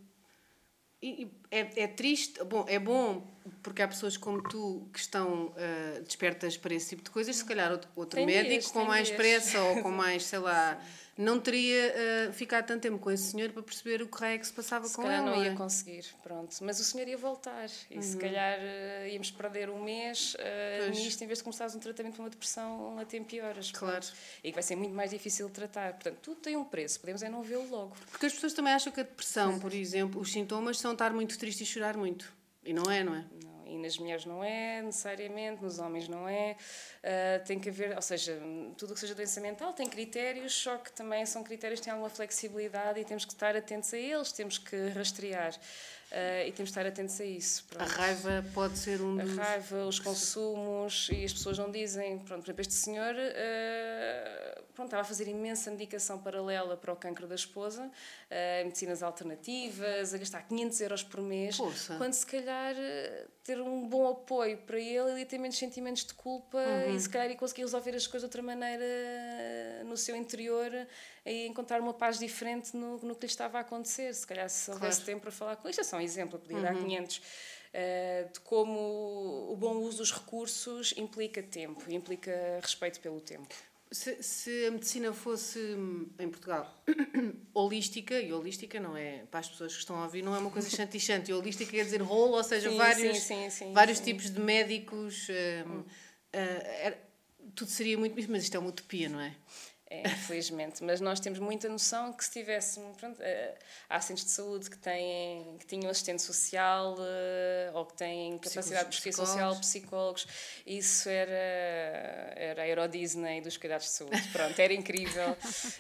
e é, é triste, bom, é bom porque há pessoas como tu que estão uh, despertas para esse tipo de coisas, se calhar outro, outro médico dias, com mais dias. pressa ou com mais, sei lá... não teria uh, ficado tanto tempo com esse senhor para perceber o que raio é que se passava se com ele. Se calhar não é? ia conseguir, pronto. Mas o senhor ia voltar e uhum. se calhar uh, íamos perder um mês uh, nisto em vez de começares um tratamento para uma depressão até pioras. Claro. E que vai ser muito mais difícil de tratar. Portanto, tudo tem um preço, podemos é não vê-lo logo. Porque as pessoas também acham que a depressão, por exemplo, os sintomas são estar muito triste e chorar muito. E não é, não é? Não. E nas mulheres não é, necessariamente, nos homens não é. Uh, tem que haver, ou seja, tudo o que seja doença mental tem critérios, só que também são critérios que têm alguma flexibilidade e temos que estar atentos a eles, temos que rastrear. Uh, e temos de estar atentos a isso. Pronto. A raiva pode ser um dos... A raiva, os consumos, e as pessoas não dizem... Pronto, por exemplo, este senhor uh, pronto, estava a fazer imensa medicação paralela para o cancro da esposa, uh, medicinas alternativas, a gastar quinhentos euros por mês, Poxa. Quando se calhar uh, ter um bom apoio para ele, ele ia ter menos sentimentos de culpa uhum. e se calhar ia conseguir resolver as coisas de outra maneira no seu interior e encontrar uma paz diferente no, no que lhe estava a acontecer. Se calhar se houvesse claro. tempo para falar com isto, é só um exemplo, podia dar uhum. quinhentos, uh, de como o bom uso dos recursos implica tempo, implica respeito pelo tempo. Se, se a medicina fosse, em Portugal, holística, e holística não é, para as pessoas que estão a ouvir, não é uma coisa chante-chante, holística quer dizer whole, ou seja, sim, vários, sim, sim, sim, vários sim. tipos de médicos, um, hum. uh, era, tudo seria muito, mas isto é uma utopia, não é? É, infelizmente, mas nós temos muita noção que se tivéssemos, pronto, há centros de saúde que, têm, que tinham assistente social ou que têm capacidade de pesquisa social, psicólogos, isso era, era a Euro Disney dos cuidados de saúde, pronto, era incrível.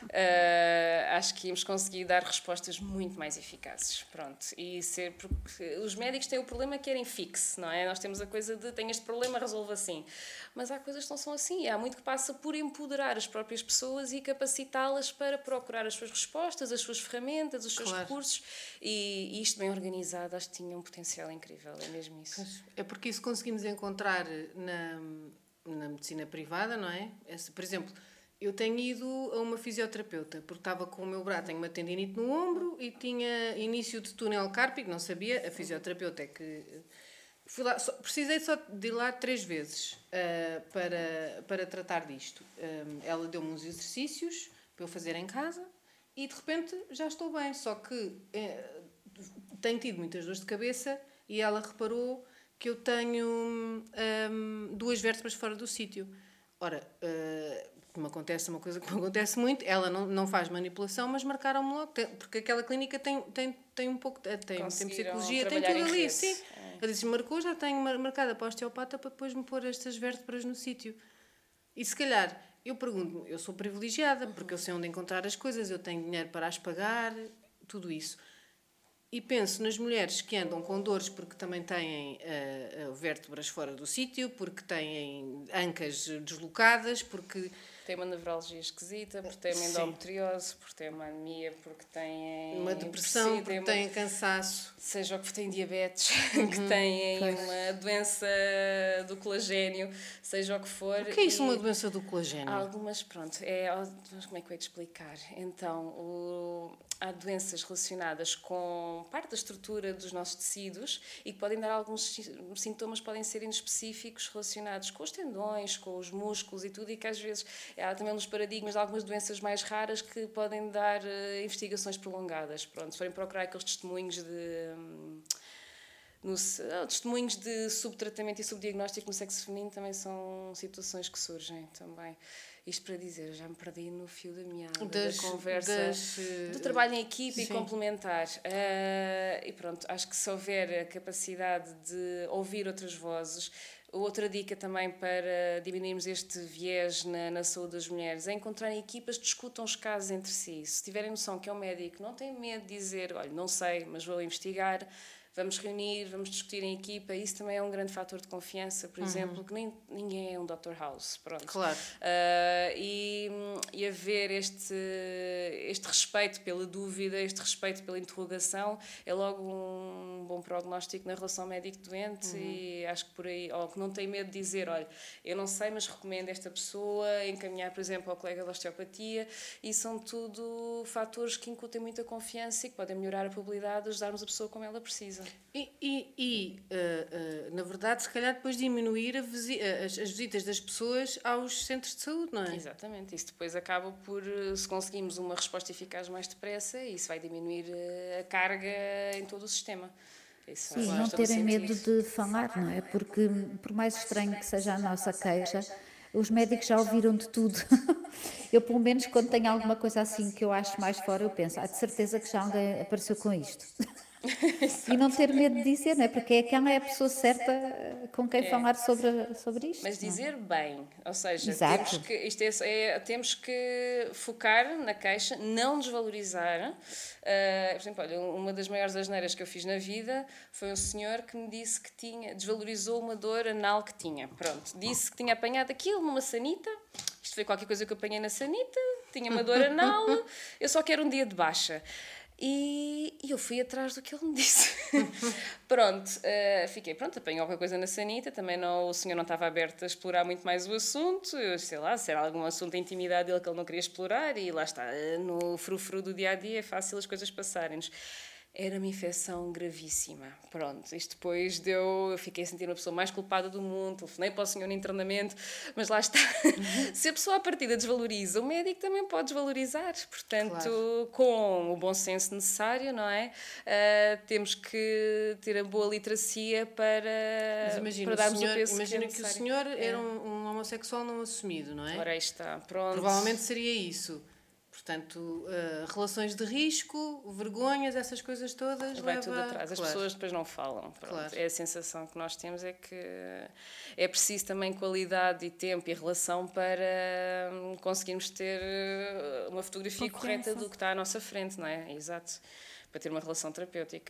uh, acho que íamos conseguir dar respostas muito mais eficazes, pronto, e ser, porque os médicos têm o problema que querem fixe, não é? Nós temos a coisa de, tem este problema, resolve assim, mas há coisas que não são assim, e há muito que passa por empoderar as próprias pessoas e capacitá-las para procurar as suas respostas, as suas ferramentas, os seus claro. recursos e, e isto bem organizado acho que tinha um potencial incrível, é mesmo isso. É porque isso conseguimos encontrar na, na medicina privada, não é? Esse, por exemplo, eu tenho ido a uma fisioterapeuta porque estava com o meu braço, tenho uma tendinite no ombro e tinha início de túnel cárpico, não sabia, a fisioterapeuta é que... Fui lá, só, precisei só de ir lá três vezes uh, para, para tratar disto. Um, ela deu-me uns exercícios para eu fazer em casa e de repente já estou bem. Só que uh, tenho tido muitas dores de cabeça e ela reparou que eu tenho um, duas vértebras fora do sítio. Ora, uh, me acontece uma coisa que me acontece muito, ela não, não faz manipulação, mas marcaram-me logo, porque aquela clínica tem, tem, tem um pouco, tem, tem psicologia, tem tudo ali, rede. Sim. É. Ela disse, marcou, já tenho marcada para a osteopata para depois me pôr estas vértebras no sítio. E se calhar, eu pergunto-me, eu sou privilegiada, porque eu sei onde encontrar as coisas, eu tenho dinheiro para as pagar, tudo isso. E penso nas mulheres que andam com dores porque também têm uh, uh, vértebras fora do sítio, porque têm ancas deslocadas, porque... Tem uma nevralgia esquisita, porque tem uma endometriose, porque tem uma anemia, porque tem... Uma depressão, porque têm uma... cansaço. Seja o que têm diabetes, uhum, que têm pois. uma doença do colagênio, seja o que for. O que é isso, uma doença do colagênio? Há algumas, pronto, é, como é que eu ia te explicar? Então, o... há doenças relacionadas com parte da estrutura dos nossos tecidos e que podem dar alguns sintomas, podem ser inespecíficos relacionados com os tendões, com os músculos e tudo, e que às vezes há também uns paradigmas de algumas doenças mais raras que podem dar uh, investigações prolongadas. Pronto, se forem procurar aqueles testemunhos de... Um, No, testemunhos de subtratamento e subdiagnóstico no sexo feminino também são situações que surgem também. Isto para dizer, já me perdi no fio da meada das, da conversa, das, do trabalho em equipe sim. e complementar. Uh, e pronto, acho que se houver a capacidade de ouvir outras vozes, outra dica também para diminuirmos este viés na, na saúde das mulheres é encontrarem equipas que discutam os casos entre si. Se tiverem noção que é um médico, não tem medo de dizer, olha, não sei, mas vou investigar. Vamos reunir, vamos discutir em equipa. Isso também é um grande fator de confiança, por uhum. exemplo, que nem, ninguém é um doutor House. Pronto. Claro. Uh, e, e haver este, este respeito pela dúvida, este respeito pela interrogação, é logo um bom prognóstico na relação médico-doente uhum. e acho que por aí, ou que não tem medo de dizer, olha, eu não sei, mas recomendo esta pessoa, encaminhar, por exemplo, ao colega da osteopatia, e são tudo fatores que incutem muita confiança e que podem melhorar a probabilidade de ajudarmos a pessoa como ela precisa. E, e, e uh, uh, na verdade, se calhar depois diminuir a visi- as, as visitas das pessoas aos centros de saúde, não é? Exatamente. Isso depois acaba por, se conseguimos uma resposta eficaz mais depressa, isso vai diminuir a carga em todo o sistema. Isso Sim, não terem medo de falar, não é? Porque, por mais estranho que seja a nossa queixa, os médicos já ouviram de tudo. Eu, pelo menos, quando tenho alguma coisa assim que eu acho mais fora, eu penso, ah, de certeza que já alguém apareceu com isto. E não ter medo de dizer, não é? Porque é aquela é a pessoa certa com quem é. falar sobre, sobre isto. Mas dizer não? bem, ou seja, Exato. temos que, isto é, é, temos que focar na queixa, não desvalorizar. Uh, por exemplo, olha, uma das maiores asneiras que eu fiz na vida foi um senhor que me disse que tinha, desvalorizou uma dor anal que tinha. Pronto, disse que tinha apanhado aquilo numa sanita. Isto foi qualquer coisa que eu apanhei na sanita, tinha uma dor anal, eu só quero um dia de baixa. E, e eu fui atrás do que ele me disse. Pronto, uh, fiquei, pronto, apanhei alguma coisa na sanita, também não, o senhor não estava aberto a explorar muito mais o assunto, eu sei lá, se era algum assunto da intimidade dele que ele não queria explorar, e lá está, no frufru do dia-a-dia é fácil as coisas passarem-nos. Era uma infecção gravíssima. Pronto, isto depois deu... Eu fiquei a sentir uma pessoa mais culpada do mundo, telefonei para o senhor no internamento, mas lá está. Uhum. Se a pessoa à partida desvaloriza, o médico também pode desvalorizar. Portanto, claro. Com o bom senso necessário, não é? Uh, temos que ter a boa literacia para, mas imagina, para darmos o senhor, o peso imagina que, que o senhor é. era um, um homossexual não assumido, não é? Ora, aí está. Pronto. Provavelmente seria isso. Portanto, uh, relações de risco, vergonhas, essas coisas todas... Vai leva... tudo atrás. As claro. pessoas depois não falam. Claro. É a sensação que nós temos, é que é preciso também qualidade e tempo e relação para conseguirmos ter uma fotografia correta do que está à nossa frente, não é? Exato. Para ter uma relação terapêutica.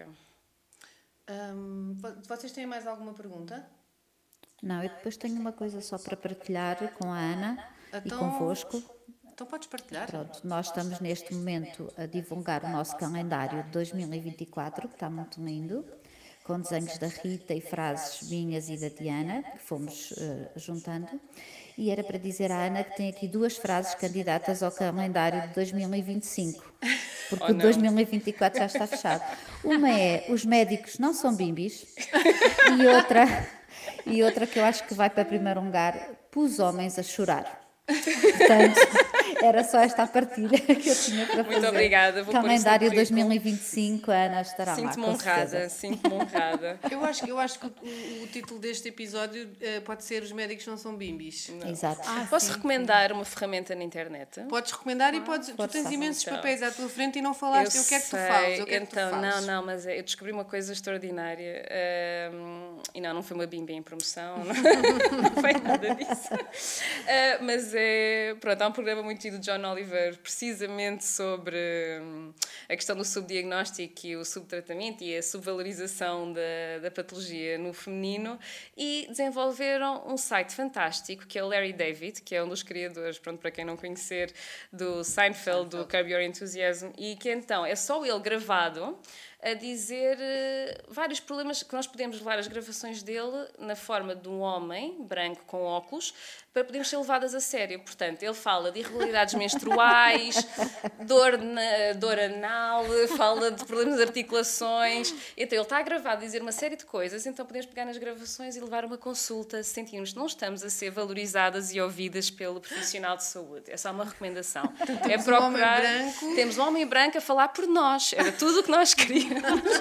Hum, vocês têm mais alguma pergunta? Não, eu depois tenho uma coisa só para partilhar com a Ana então... e convosco. Então podes partilhar. Pronto, nós estamos neste momento a divulgar o nosso calendário de dois mil e vinte e quatro, que está muito lindo, com desenhos da Rita e frases minhas e da Diana, que fomos uh, juntando. E era para dizer à Ana que tem aqui duas frases candidatas ao calendário de dois mil e vinte e cinco, porque oh, o dois mil e vinte e quatro já está fechado. Uma é, os médicos não são bimbis, e outra, e outra que eu acho que vai para primeiro lugar, pus homens a chorar. Portanto, era só esta a partilha que eu tinha para fazer. Muito obrigada. Vou calendário dois mil e vinte e cinco, a Ana estará sinto-me lá. honrada, sinto-me honrada. Eu acho, eu acho que o, o título deste episódio uh, pode ser Os Médicos Não São Bimbis. Não. Exato. Ah, Posso sim, recomendar sim. uma ferramenta na internet? Podes recomendar ah, e podes, tu tens imensos então, papéis à tua frente e não falaste. Eu, eu quero que tu fales. Eu quero então, que tu fales. Não, não, mas eu descobri uma coisa extraordinária. Um, e não, não foi uma bimbi em promoção. Não, não foi nada disso. Uh, mas é... Pronto, há um programa muito tido de John Oliver, precisamente sobre hum, a questão do subdiagnóstico e o subtratamento e a subvalorização da, da patologia no feminino, e desenvolveram um site fantástico, que é o Larry David, que é um dos criadores, pronto, para quem não conhecer, do Seinfeld, do Curb Your Enthusiasm, e que então é só ele gravado a dizer uh, vários problemas que nós podemos levar as gravações dele na forma de um homem branco com óculos para podermos ser levadas a sério. Portanto, ele fala de irregularidades menstruais, dor, na, dor anal, fala de problemas de articulações. Então, ele está a gravar, a dizer uma série de coisas, então podemos pegar nas gravações e levar uma consulta se sentirmos que não estamos a ser valorizadas e ouvidas pelo profissional de saúde. É só uma recomendação. Então, é procurar... um homem branco. Temos um homem branco a falar por nós. Era tudo o que nós queríamos.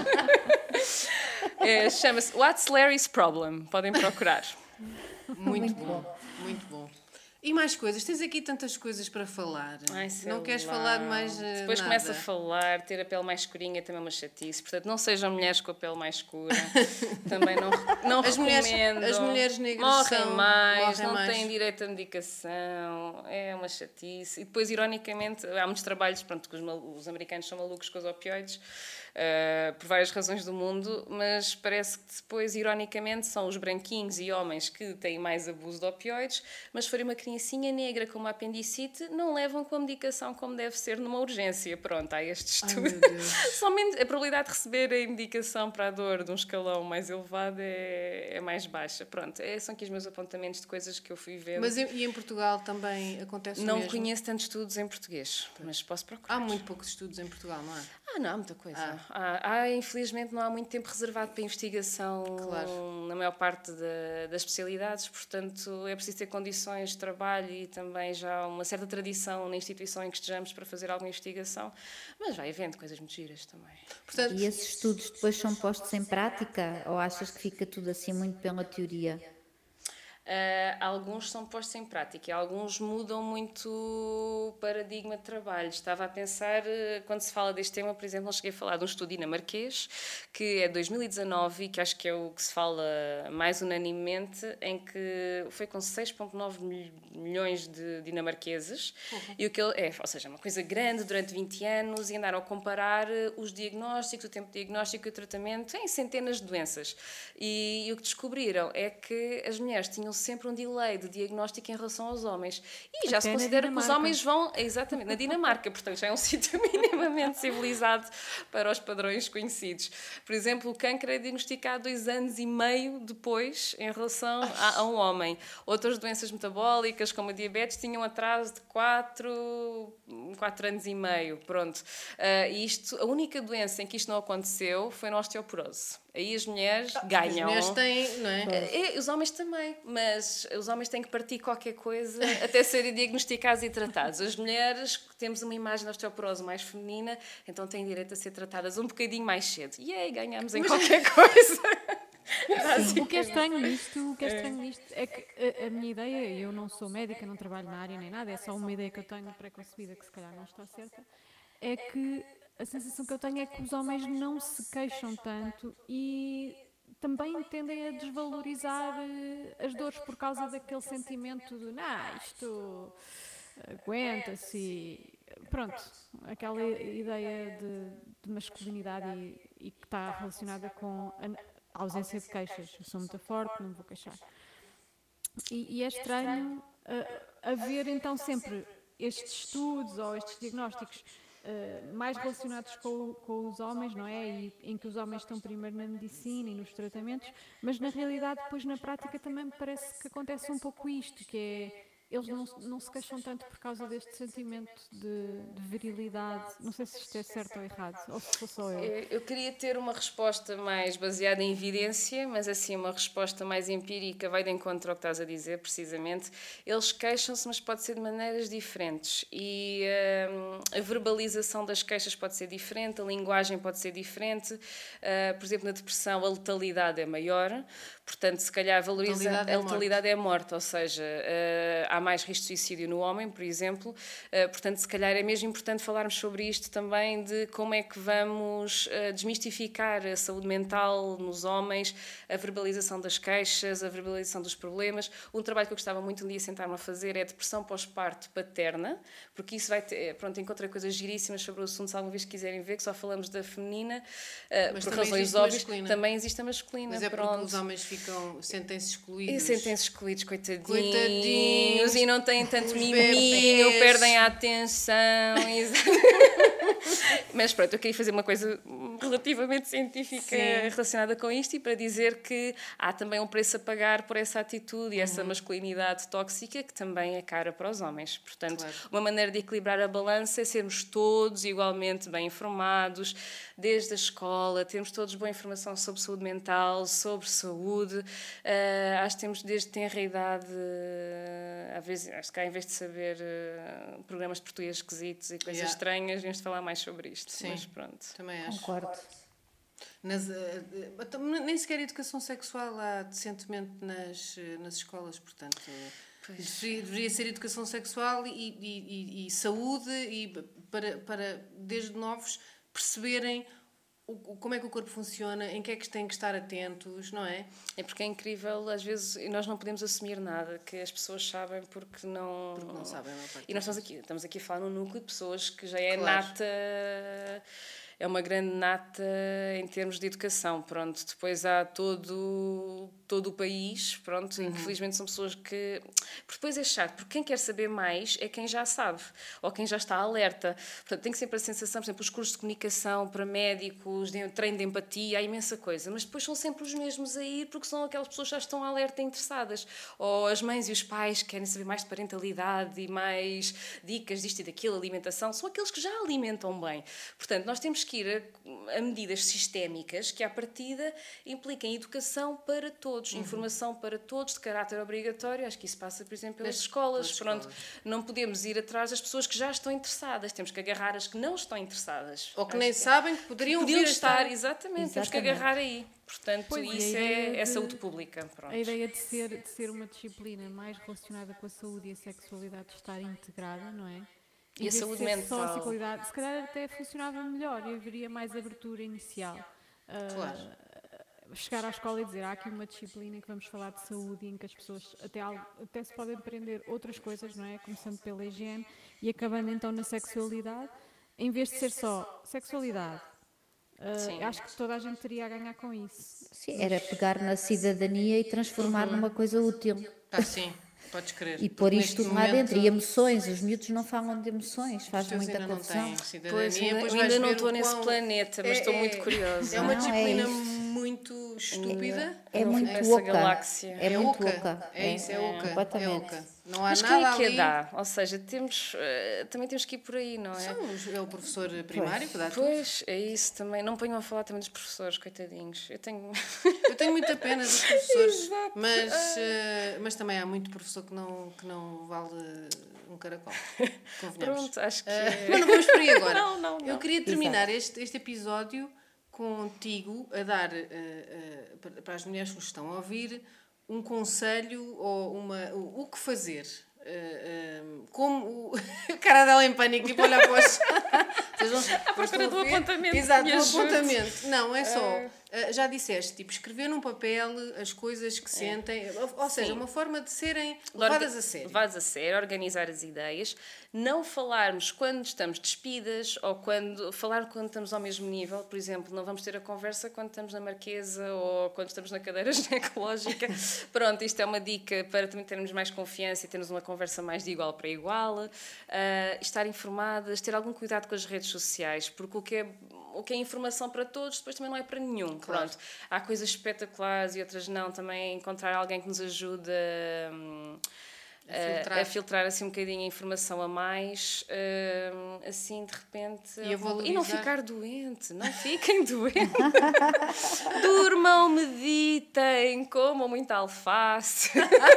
É, chama-se What's Larry's Problem. Podem procurar. Muito, muito bom. bom. Muito bom. E mais coisas? Tens aqui tantas coisas para falar. Ai, não queres lá. falar de mais uh, Depois nada? começa a falar, ter a pele mais escurinha também é uma chatice. Portanto, não sejam mulheres com a pele mais escura. Também não, não as recomendo. Mulheres, as mulheres negras morrem são, mais, morrem não mais. têm direito à medicação. É uma chatice. E depois, ironicamente, há muitos trabalhos, pronto, que os, os americanos são malucos com os opioides. Uh, por várias razões do mundo, mas parece que depois, ironicamente, são os branquinhos e homens que têm mais abuso de opioides, mas se for uma criancinha negra com uma apendicite, não levam com a medicação como deve ser numa urgência. Pronto, há este estudo. Somente a probabilidade de receber a medicação para a dor de um escalão mais elevado é, é mais baixa. Pronto, é, são aqui os meus apontamentos de coisas que eu fui vendo. Mas e em Portugal também acontece o não mesmo? Não conheço tantos estudos em português, mas posso procurar. Há muito poucos estudos em Portugal, não é? Ah, não, há muita coisa. Ah. Há, há, infelizmente, não há muito tempo reservado para investigação claro. na maior parte da, das especialidades, portanto, é preciso ter condições de trabalho e também já uma certa tradição na instituição em que estejamos para fazer alguma investigação, mas vai havendo coisas muito giras também. Portanto, e esses estudos depois são postos em prática ou achas que fica tudo assim muito pela teoria? Uh, alguns são postos em prática e alguns mudam muito o paradigma de trabalho. Estava a pensar, uh, quando se fala deste tema, por exemplo, não cheguei a falar de um estudo dinamarquês, que é de dois mil e dezanove e que acho que é o que se fala mais unanimemente, em que foi com seis vírgula nove milhões de dinamarqueses, uhum. e o que ele é, ou seja, uma coisa grande durante vinte anos, e andaram a comparar os diagnósticos, o tempo de diagnóstico e o tratamento em centenas de doenças. E, e o que descobriram é que as mulheres tinham sempre um delay de diagnóstico em relação aos homens. E já Até se considera que os homens vão... Exatamente, na Dinamarca. Portanto, já é um sítio minimamente civilizado para os padrões conhecidos. Por exemplo, o câncer é diagnosticado dois anos e meio depois em relação a, a um homem. Outras doenças metabólicas, como a diabetes, tinham atraso de quatro, quatro anos e meio. Pronto. Uh, e isto, a única doença em que isto não aconteceu foi na osteoporose. Aí as mulheres ah, ganham. As mulheres têm, não é? E os homens também, mas os homens têm que partir qualquer coisa até serem diagnosticados e tratados. As mulheres, temos uma imagem da osteoporose mais feminina, então têm direito a ser tratadas um bocadinho mais cedo. E aí ganhamos em qualquer coisa. O que é estranho nisto, o que é estranho nisto é que a, a minha ideia, eu não sou médica, não trabalho na área nem nada, é só uma ideia que eu tenho pré-concebida que se calhar não está certa, é que a sensação que eu tenho é que os homens não se queixam tanto e também tendem a desvalorizar as dores por causa daquele sentimento de nah, isto aguenta-se e pronto, aquela ideia de, de masculinidade e, e que está relacionada com a ausência de queixas. Eu sou muito forte, não me vou queixar. E, e é estranho uh, haver então sempre estes estudos ou estes diagnósticos Uh, mais relacionados com, com os homens, não é? E em que os homens estão primeiro na medicina e nos tratamentos, mas na realidade depois na prática também me parece que acontece um pouco isto, que é, eles não, não se queixam tanto por causa deste sentimento de, de virilidade. Não sei se isto é certo ou errado, ou se sou só eu. Eu queria ter uma resposta mais baseada em evidência, mas assim, uma resposta mais empírica, vai de encontro ao que estás a dizer, precisamente. Eles queixam-se, mas pode ser de maneiras diferentes. E hum, a verbalização das queixas pode ser diferente, a linguagem pode ser diferente. Uh, por exemplo, na depressão, a letalidade é maior. Portanto, se calhar valoriza a letalidade, a letalidade é a morte, ou seja, uh, há mais risco de suicídio no homem, por exemplo. Uh, portanto, se calhar é mesmo importante falarmos sobre isto também, de como é que vamos uh, desmistificar a saúde mental nos homens, a verbalização das queixas, a verbalização dos problemas. Um trabalho que eu gostava muito um dia sentar-me a fazer é a depressão pós-parto paterna, porque isso vai ter... Pronto, encontrei coisas giríssimas sobre o assunto, se alguma vez quiserem ver, que só falamos da feminina, uh, por razões óbvias. Também existe a masculina. Mas é pronto. porque os homens ficam ficam, sentem-se E excluídos. sentem-se excluídos, coitadinhos, Coitadinhos, e não têm tanto os miminho, bebés. perdem a atenção. Exato. Mas pronto, eu queria fazer uma coisa relativamente científica Sim. relacionada com isto e para dizer que há também um preço a pagar por essa atitude e essa Uhum. masculinidade tóxica que também é cara para os homens. Portanto, Claro. uma maneira de equilibrar a balança é sermos todos igualmente bem informados, desde a escola, termos todos boa informação sobre saúde mental, sobre saúde. Uh, acho que temos desde tenra idade, uh, às vezes, acho que há, em vez de saber uh, programas de português esquisitos e coisas Yeah. estranhas, devíamos falar mais sobre isto. Sim. Mas pronto. Também acho. Concordo. Nas, eh, eh, nem sequer educação sexual há decentemente nas, eh, nas escolas, portanto, deveria, deveria ser educação sexual e, e, e, e saúde e para, para, desde novos, perceberem o, o- como é que o corpo funciona, em que é que têm que estar atentos, não é? É porque é incrível, às vezes, e nós não podemos assumir nada que as pessoas sabem porque não... Porque não sabem a maior parte E nós estamos das aqui, estamos aqui a falar num núcleo de pessoas que já é Claro. nata, é uma grande nata em termos de educação, pronto. Depois há todo, todo o país, pronto, Uhum. e que felizmente são pessoas que... Porque depois é chato, porque quem quer saber mais é quem já sabe, ou quem já está alerta. Portanto, tem sempre a sensação, por exemplo, os cursos de comunicação para médicos, de treino de empatia, há imensa coisa, mas depois são sempre os mesmos a ir porque são aquelas pessoas que já estão alerta e interessadas. Ou as mães e os pais que querem saber mais de parentalidade e mais dicas disto e daquilo, alimentação, são aqueles que já alimentam bem. Portanto, nós temos que ir a, a medidas sistémicas que, à partida, impliquem educação para todos, Uhum. informação para todos, de caráter obrigatório. Acho que isso passa, por exemplo, pelas Nas- escolas. pelas Pronto, escolas. não podemos ir atrás das pessoas que já estão interessadas, temos que agarrar as que não estão interessadas. Ou que Acho nem sabem que poderiam, podiam vir a estar, exatamente, temos que Exatamente. agarrar aí. Portanto, Pois, e a isso ideia é, é de- saúde pública. Pronto. A ideia de ser, de ser uma disciplina mais relacionada com a saúde e a sexualidade estar integrada, não é? E Em a vez de saúde ser Só a mental. sexualidade, se calhar até funcionava melhor e haveria mais abertura inicial. Ah, Claro. Chegar à escola e dizer há aqui uma disciplina em que vamos falar de saúde e em que as pessoas até, al- até se podem aprender outras coisas, não é? Começando pela higiene e acabando então na sexualidade, em vez de ser só sexualidade. Ah, Sim. acho que toda a gente teria a ganhar com isso. Sim, era pegar na cidadania e transformar numa coisa útil. Ah, sim, podes crer. E pôr Porque isto neste tudo lá momento dentro. E emoções, os miúdos não falam de emoções, faz os teus muita ainda não confusão. têm cidadania. Pois, ainda, depois eu vais ainda não ver estou o nesse quão- planeta, mas estou muito curiosa. É uma Não, é disciplina isso. muito estúpida. É Não muito fico nessa oca. galáxia. É muito oca. oca. É isso, é oca. É completamente. oca. Não há Mas quem nada é que ali. a dá? Ou seja, temos, eh, também temos que ir por aí, não é? São os- é o professor primário que dá tudo. Pois, é isso também. Não ponham a falar também dos professores, coitadinhos. Eu tenho... Eu tenho muita pena dos professores, Exato. mas, eh, mas também há muito professor que não, que não vale um caracol. Convenhamos. Pronto, acho que... Eh, mas não vamos por aí agora. Não, não, não. Eu queria terminar este, este episódio contigo a dar eh, eh, para- para as mulheres que nos estão a ouvir um conselho ou uma, o, o que fazer. Eh, eh, como o... a cara dela em pânico, tipo olhar para os... Vocês não- À procura não do estão a ver? apontamento, Exato, me do ajude. apontamento. Não, é só... eh, já disseste, tipo, escrever num papel as coisas que sentem, ou, ou seja, uma forma de serem levadas a sério. Levadas a sério, organizar as ideias, não falarmos quando estamos despidas ou quando falar quando estamos ao mesmo nível, por exemplo, não vamos ter a conversa quando estamos na Marquesa ou quando estamos na cadeira ginecológica. Pronto, isto é uma dica para também termos mais confiança e termos uma conversa mais de igual para igual. Uh, estar informadas, ter algum cuidado com as redes sociais, porque o que é o que é informação para todos, depois também não é para nenhum. Claro. Pronto. Há coisas espetaculares e outras não. Também encontrar alguém que nos ajude a, A a, filtrar. a filtrar assim um bocadinho a informação a mais, hum, assim de repente. E a valorizar. E não ficar doente, não fiquem doentes. Durmam, meditem, comam muita alface.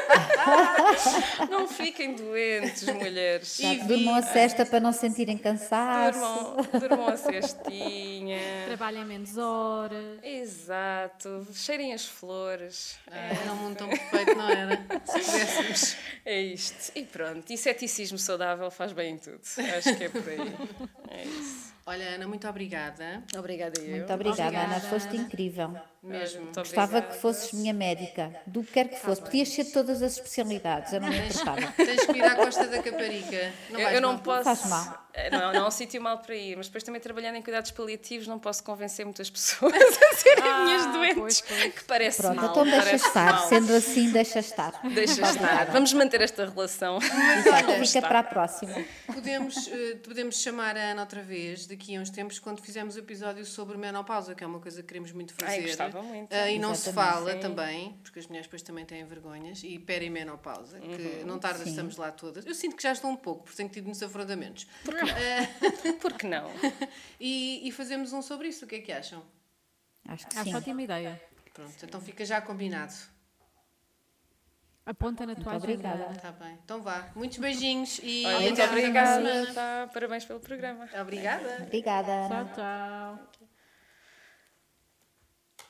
Não fiquem doentes, mulheres. E Durmam a cesta para não sentirem cansaço. Durmam, durmam a cestinha. Trabalhem menos horas. Exato, cheirem as flores. Ah, era um mundo tão perfeito, não era? Se pudéssemos. É isto. E pronto. E ceticismo saudável faz bem em tudo. Acho que é por aí. É isso. Olha, Ana, muito obrigada. Obrigada eu. Muito obrigada, Obrigada, Ana, foste Ana. incrível. Mesmo. Muito Gostava obrigada. que fosses minha médica, do que quer que fosse. Podias ser de todas as especialidades, eu não me importava. Tens que ir à Costa da Caparica. Não Eu, vais eu não mal. posso. faz mal. Não, não é um sítio mal para ir, mas depois também trabalhando em cuidados paliativos não posso convencer muitas pessoas a serem Ah, minhas doentes, pois, pois. que parece Pronto, mal. então deixa parece estar. mal. Sendo assim, deixa estar. Deixa estar. Vamos manter esta relação. Exato, fica para a próxima. Podemos, eh, podemos chamar a Ana outra vez, daqui a uns tempos, quando fizermos o episódio sobre menopausa, que é uma coisa que queremos muito fazer. Ai, gostava muito. Eh, e não se Exatamente, fala sim. também, porque as mulheres depois também têm vergonhas, e perimenopausa, que não tarda, Sim. estamos lá todas. Eu sinto que já estou um pouco, porque tenho tido muitos afrontamentos. Por que não? E, e fazemos um sobre isso, o que é que acham? Acho que Acho sim. ótima ideia. Pronto, então fica já combinado. Aponta na tua Muito agenda. obrigada. Está bem, então vá. Muitos beijinhos e Olha, muito até à próxima obrigada. semana. Tá, parabéns pelo programa. Obrigada. Obrigada, Ana. Tchau, tchau.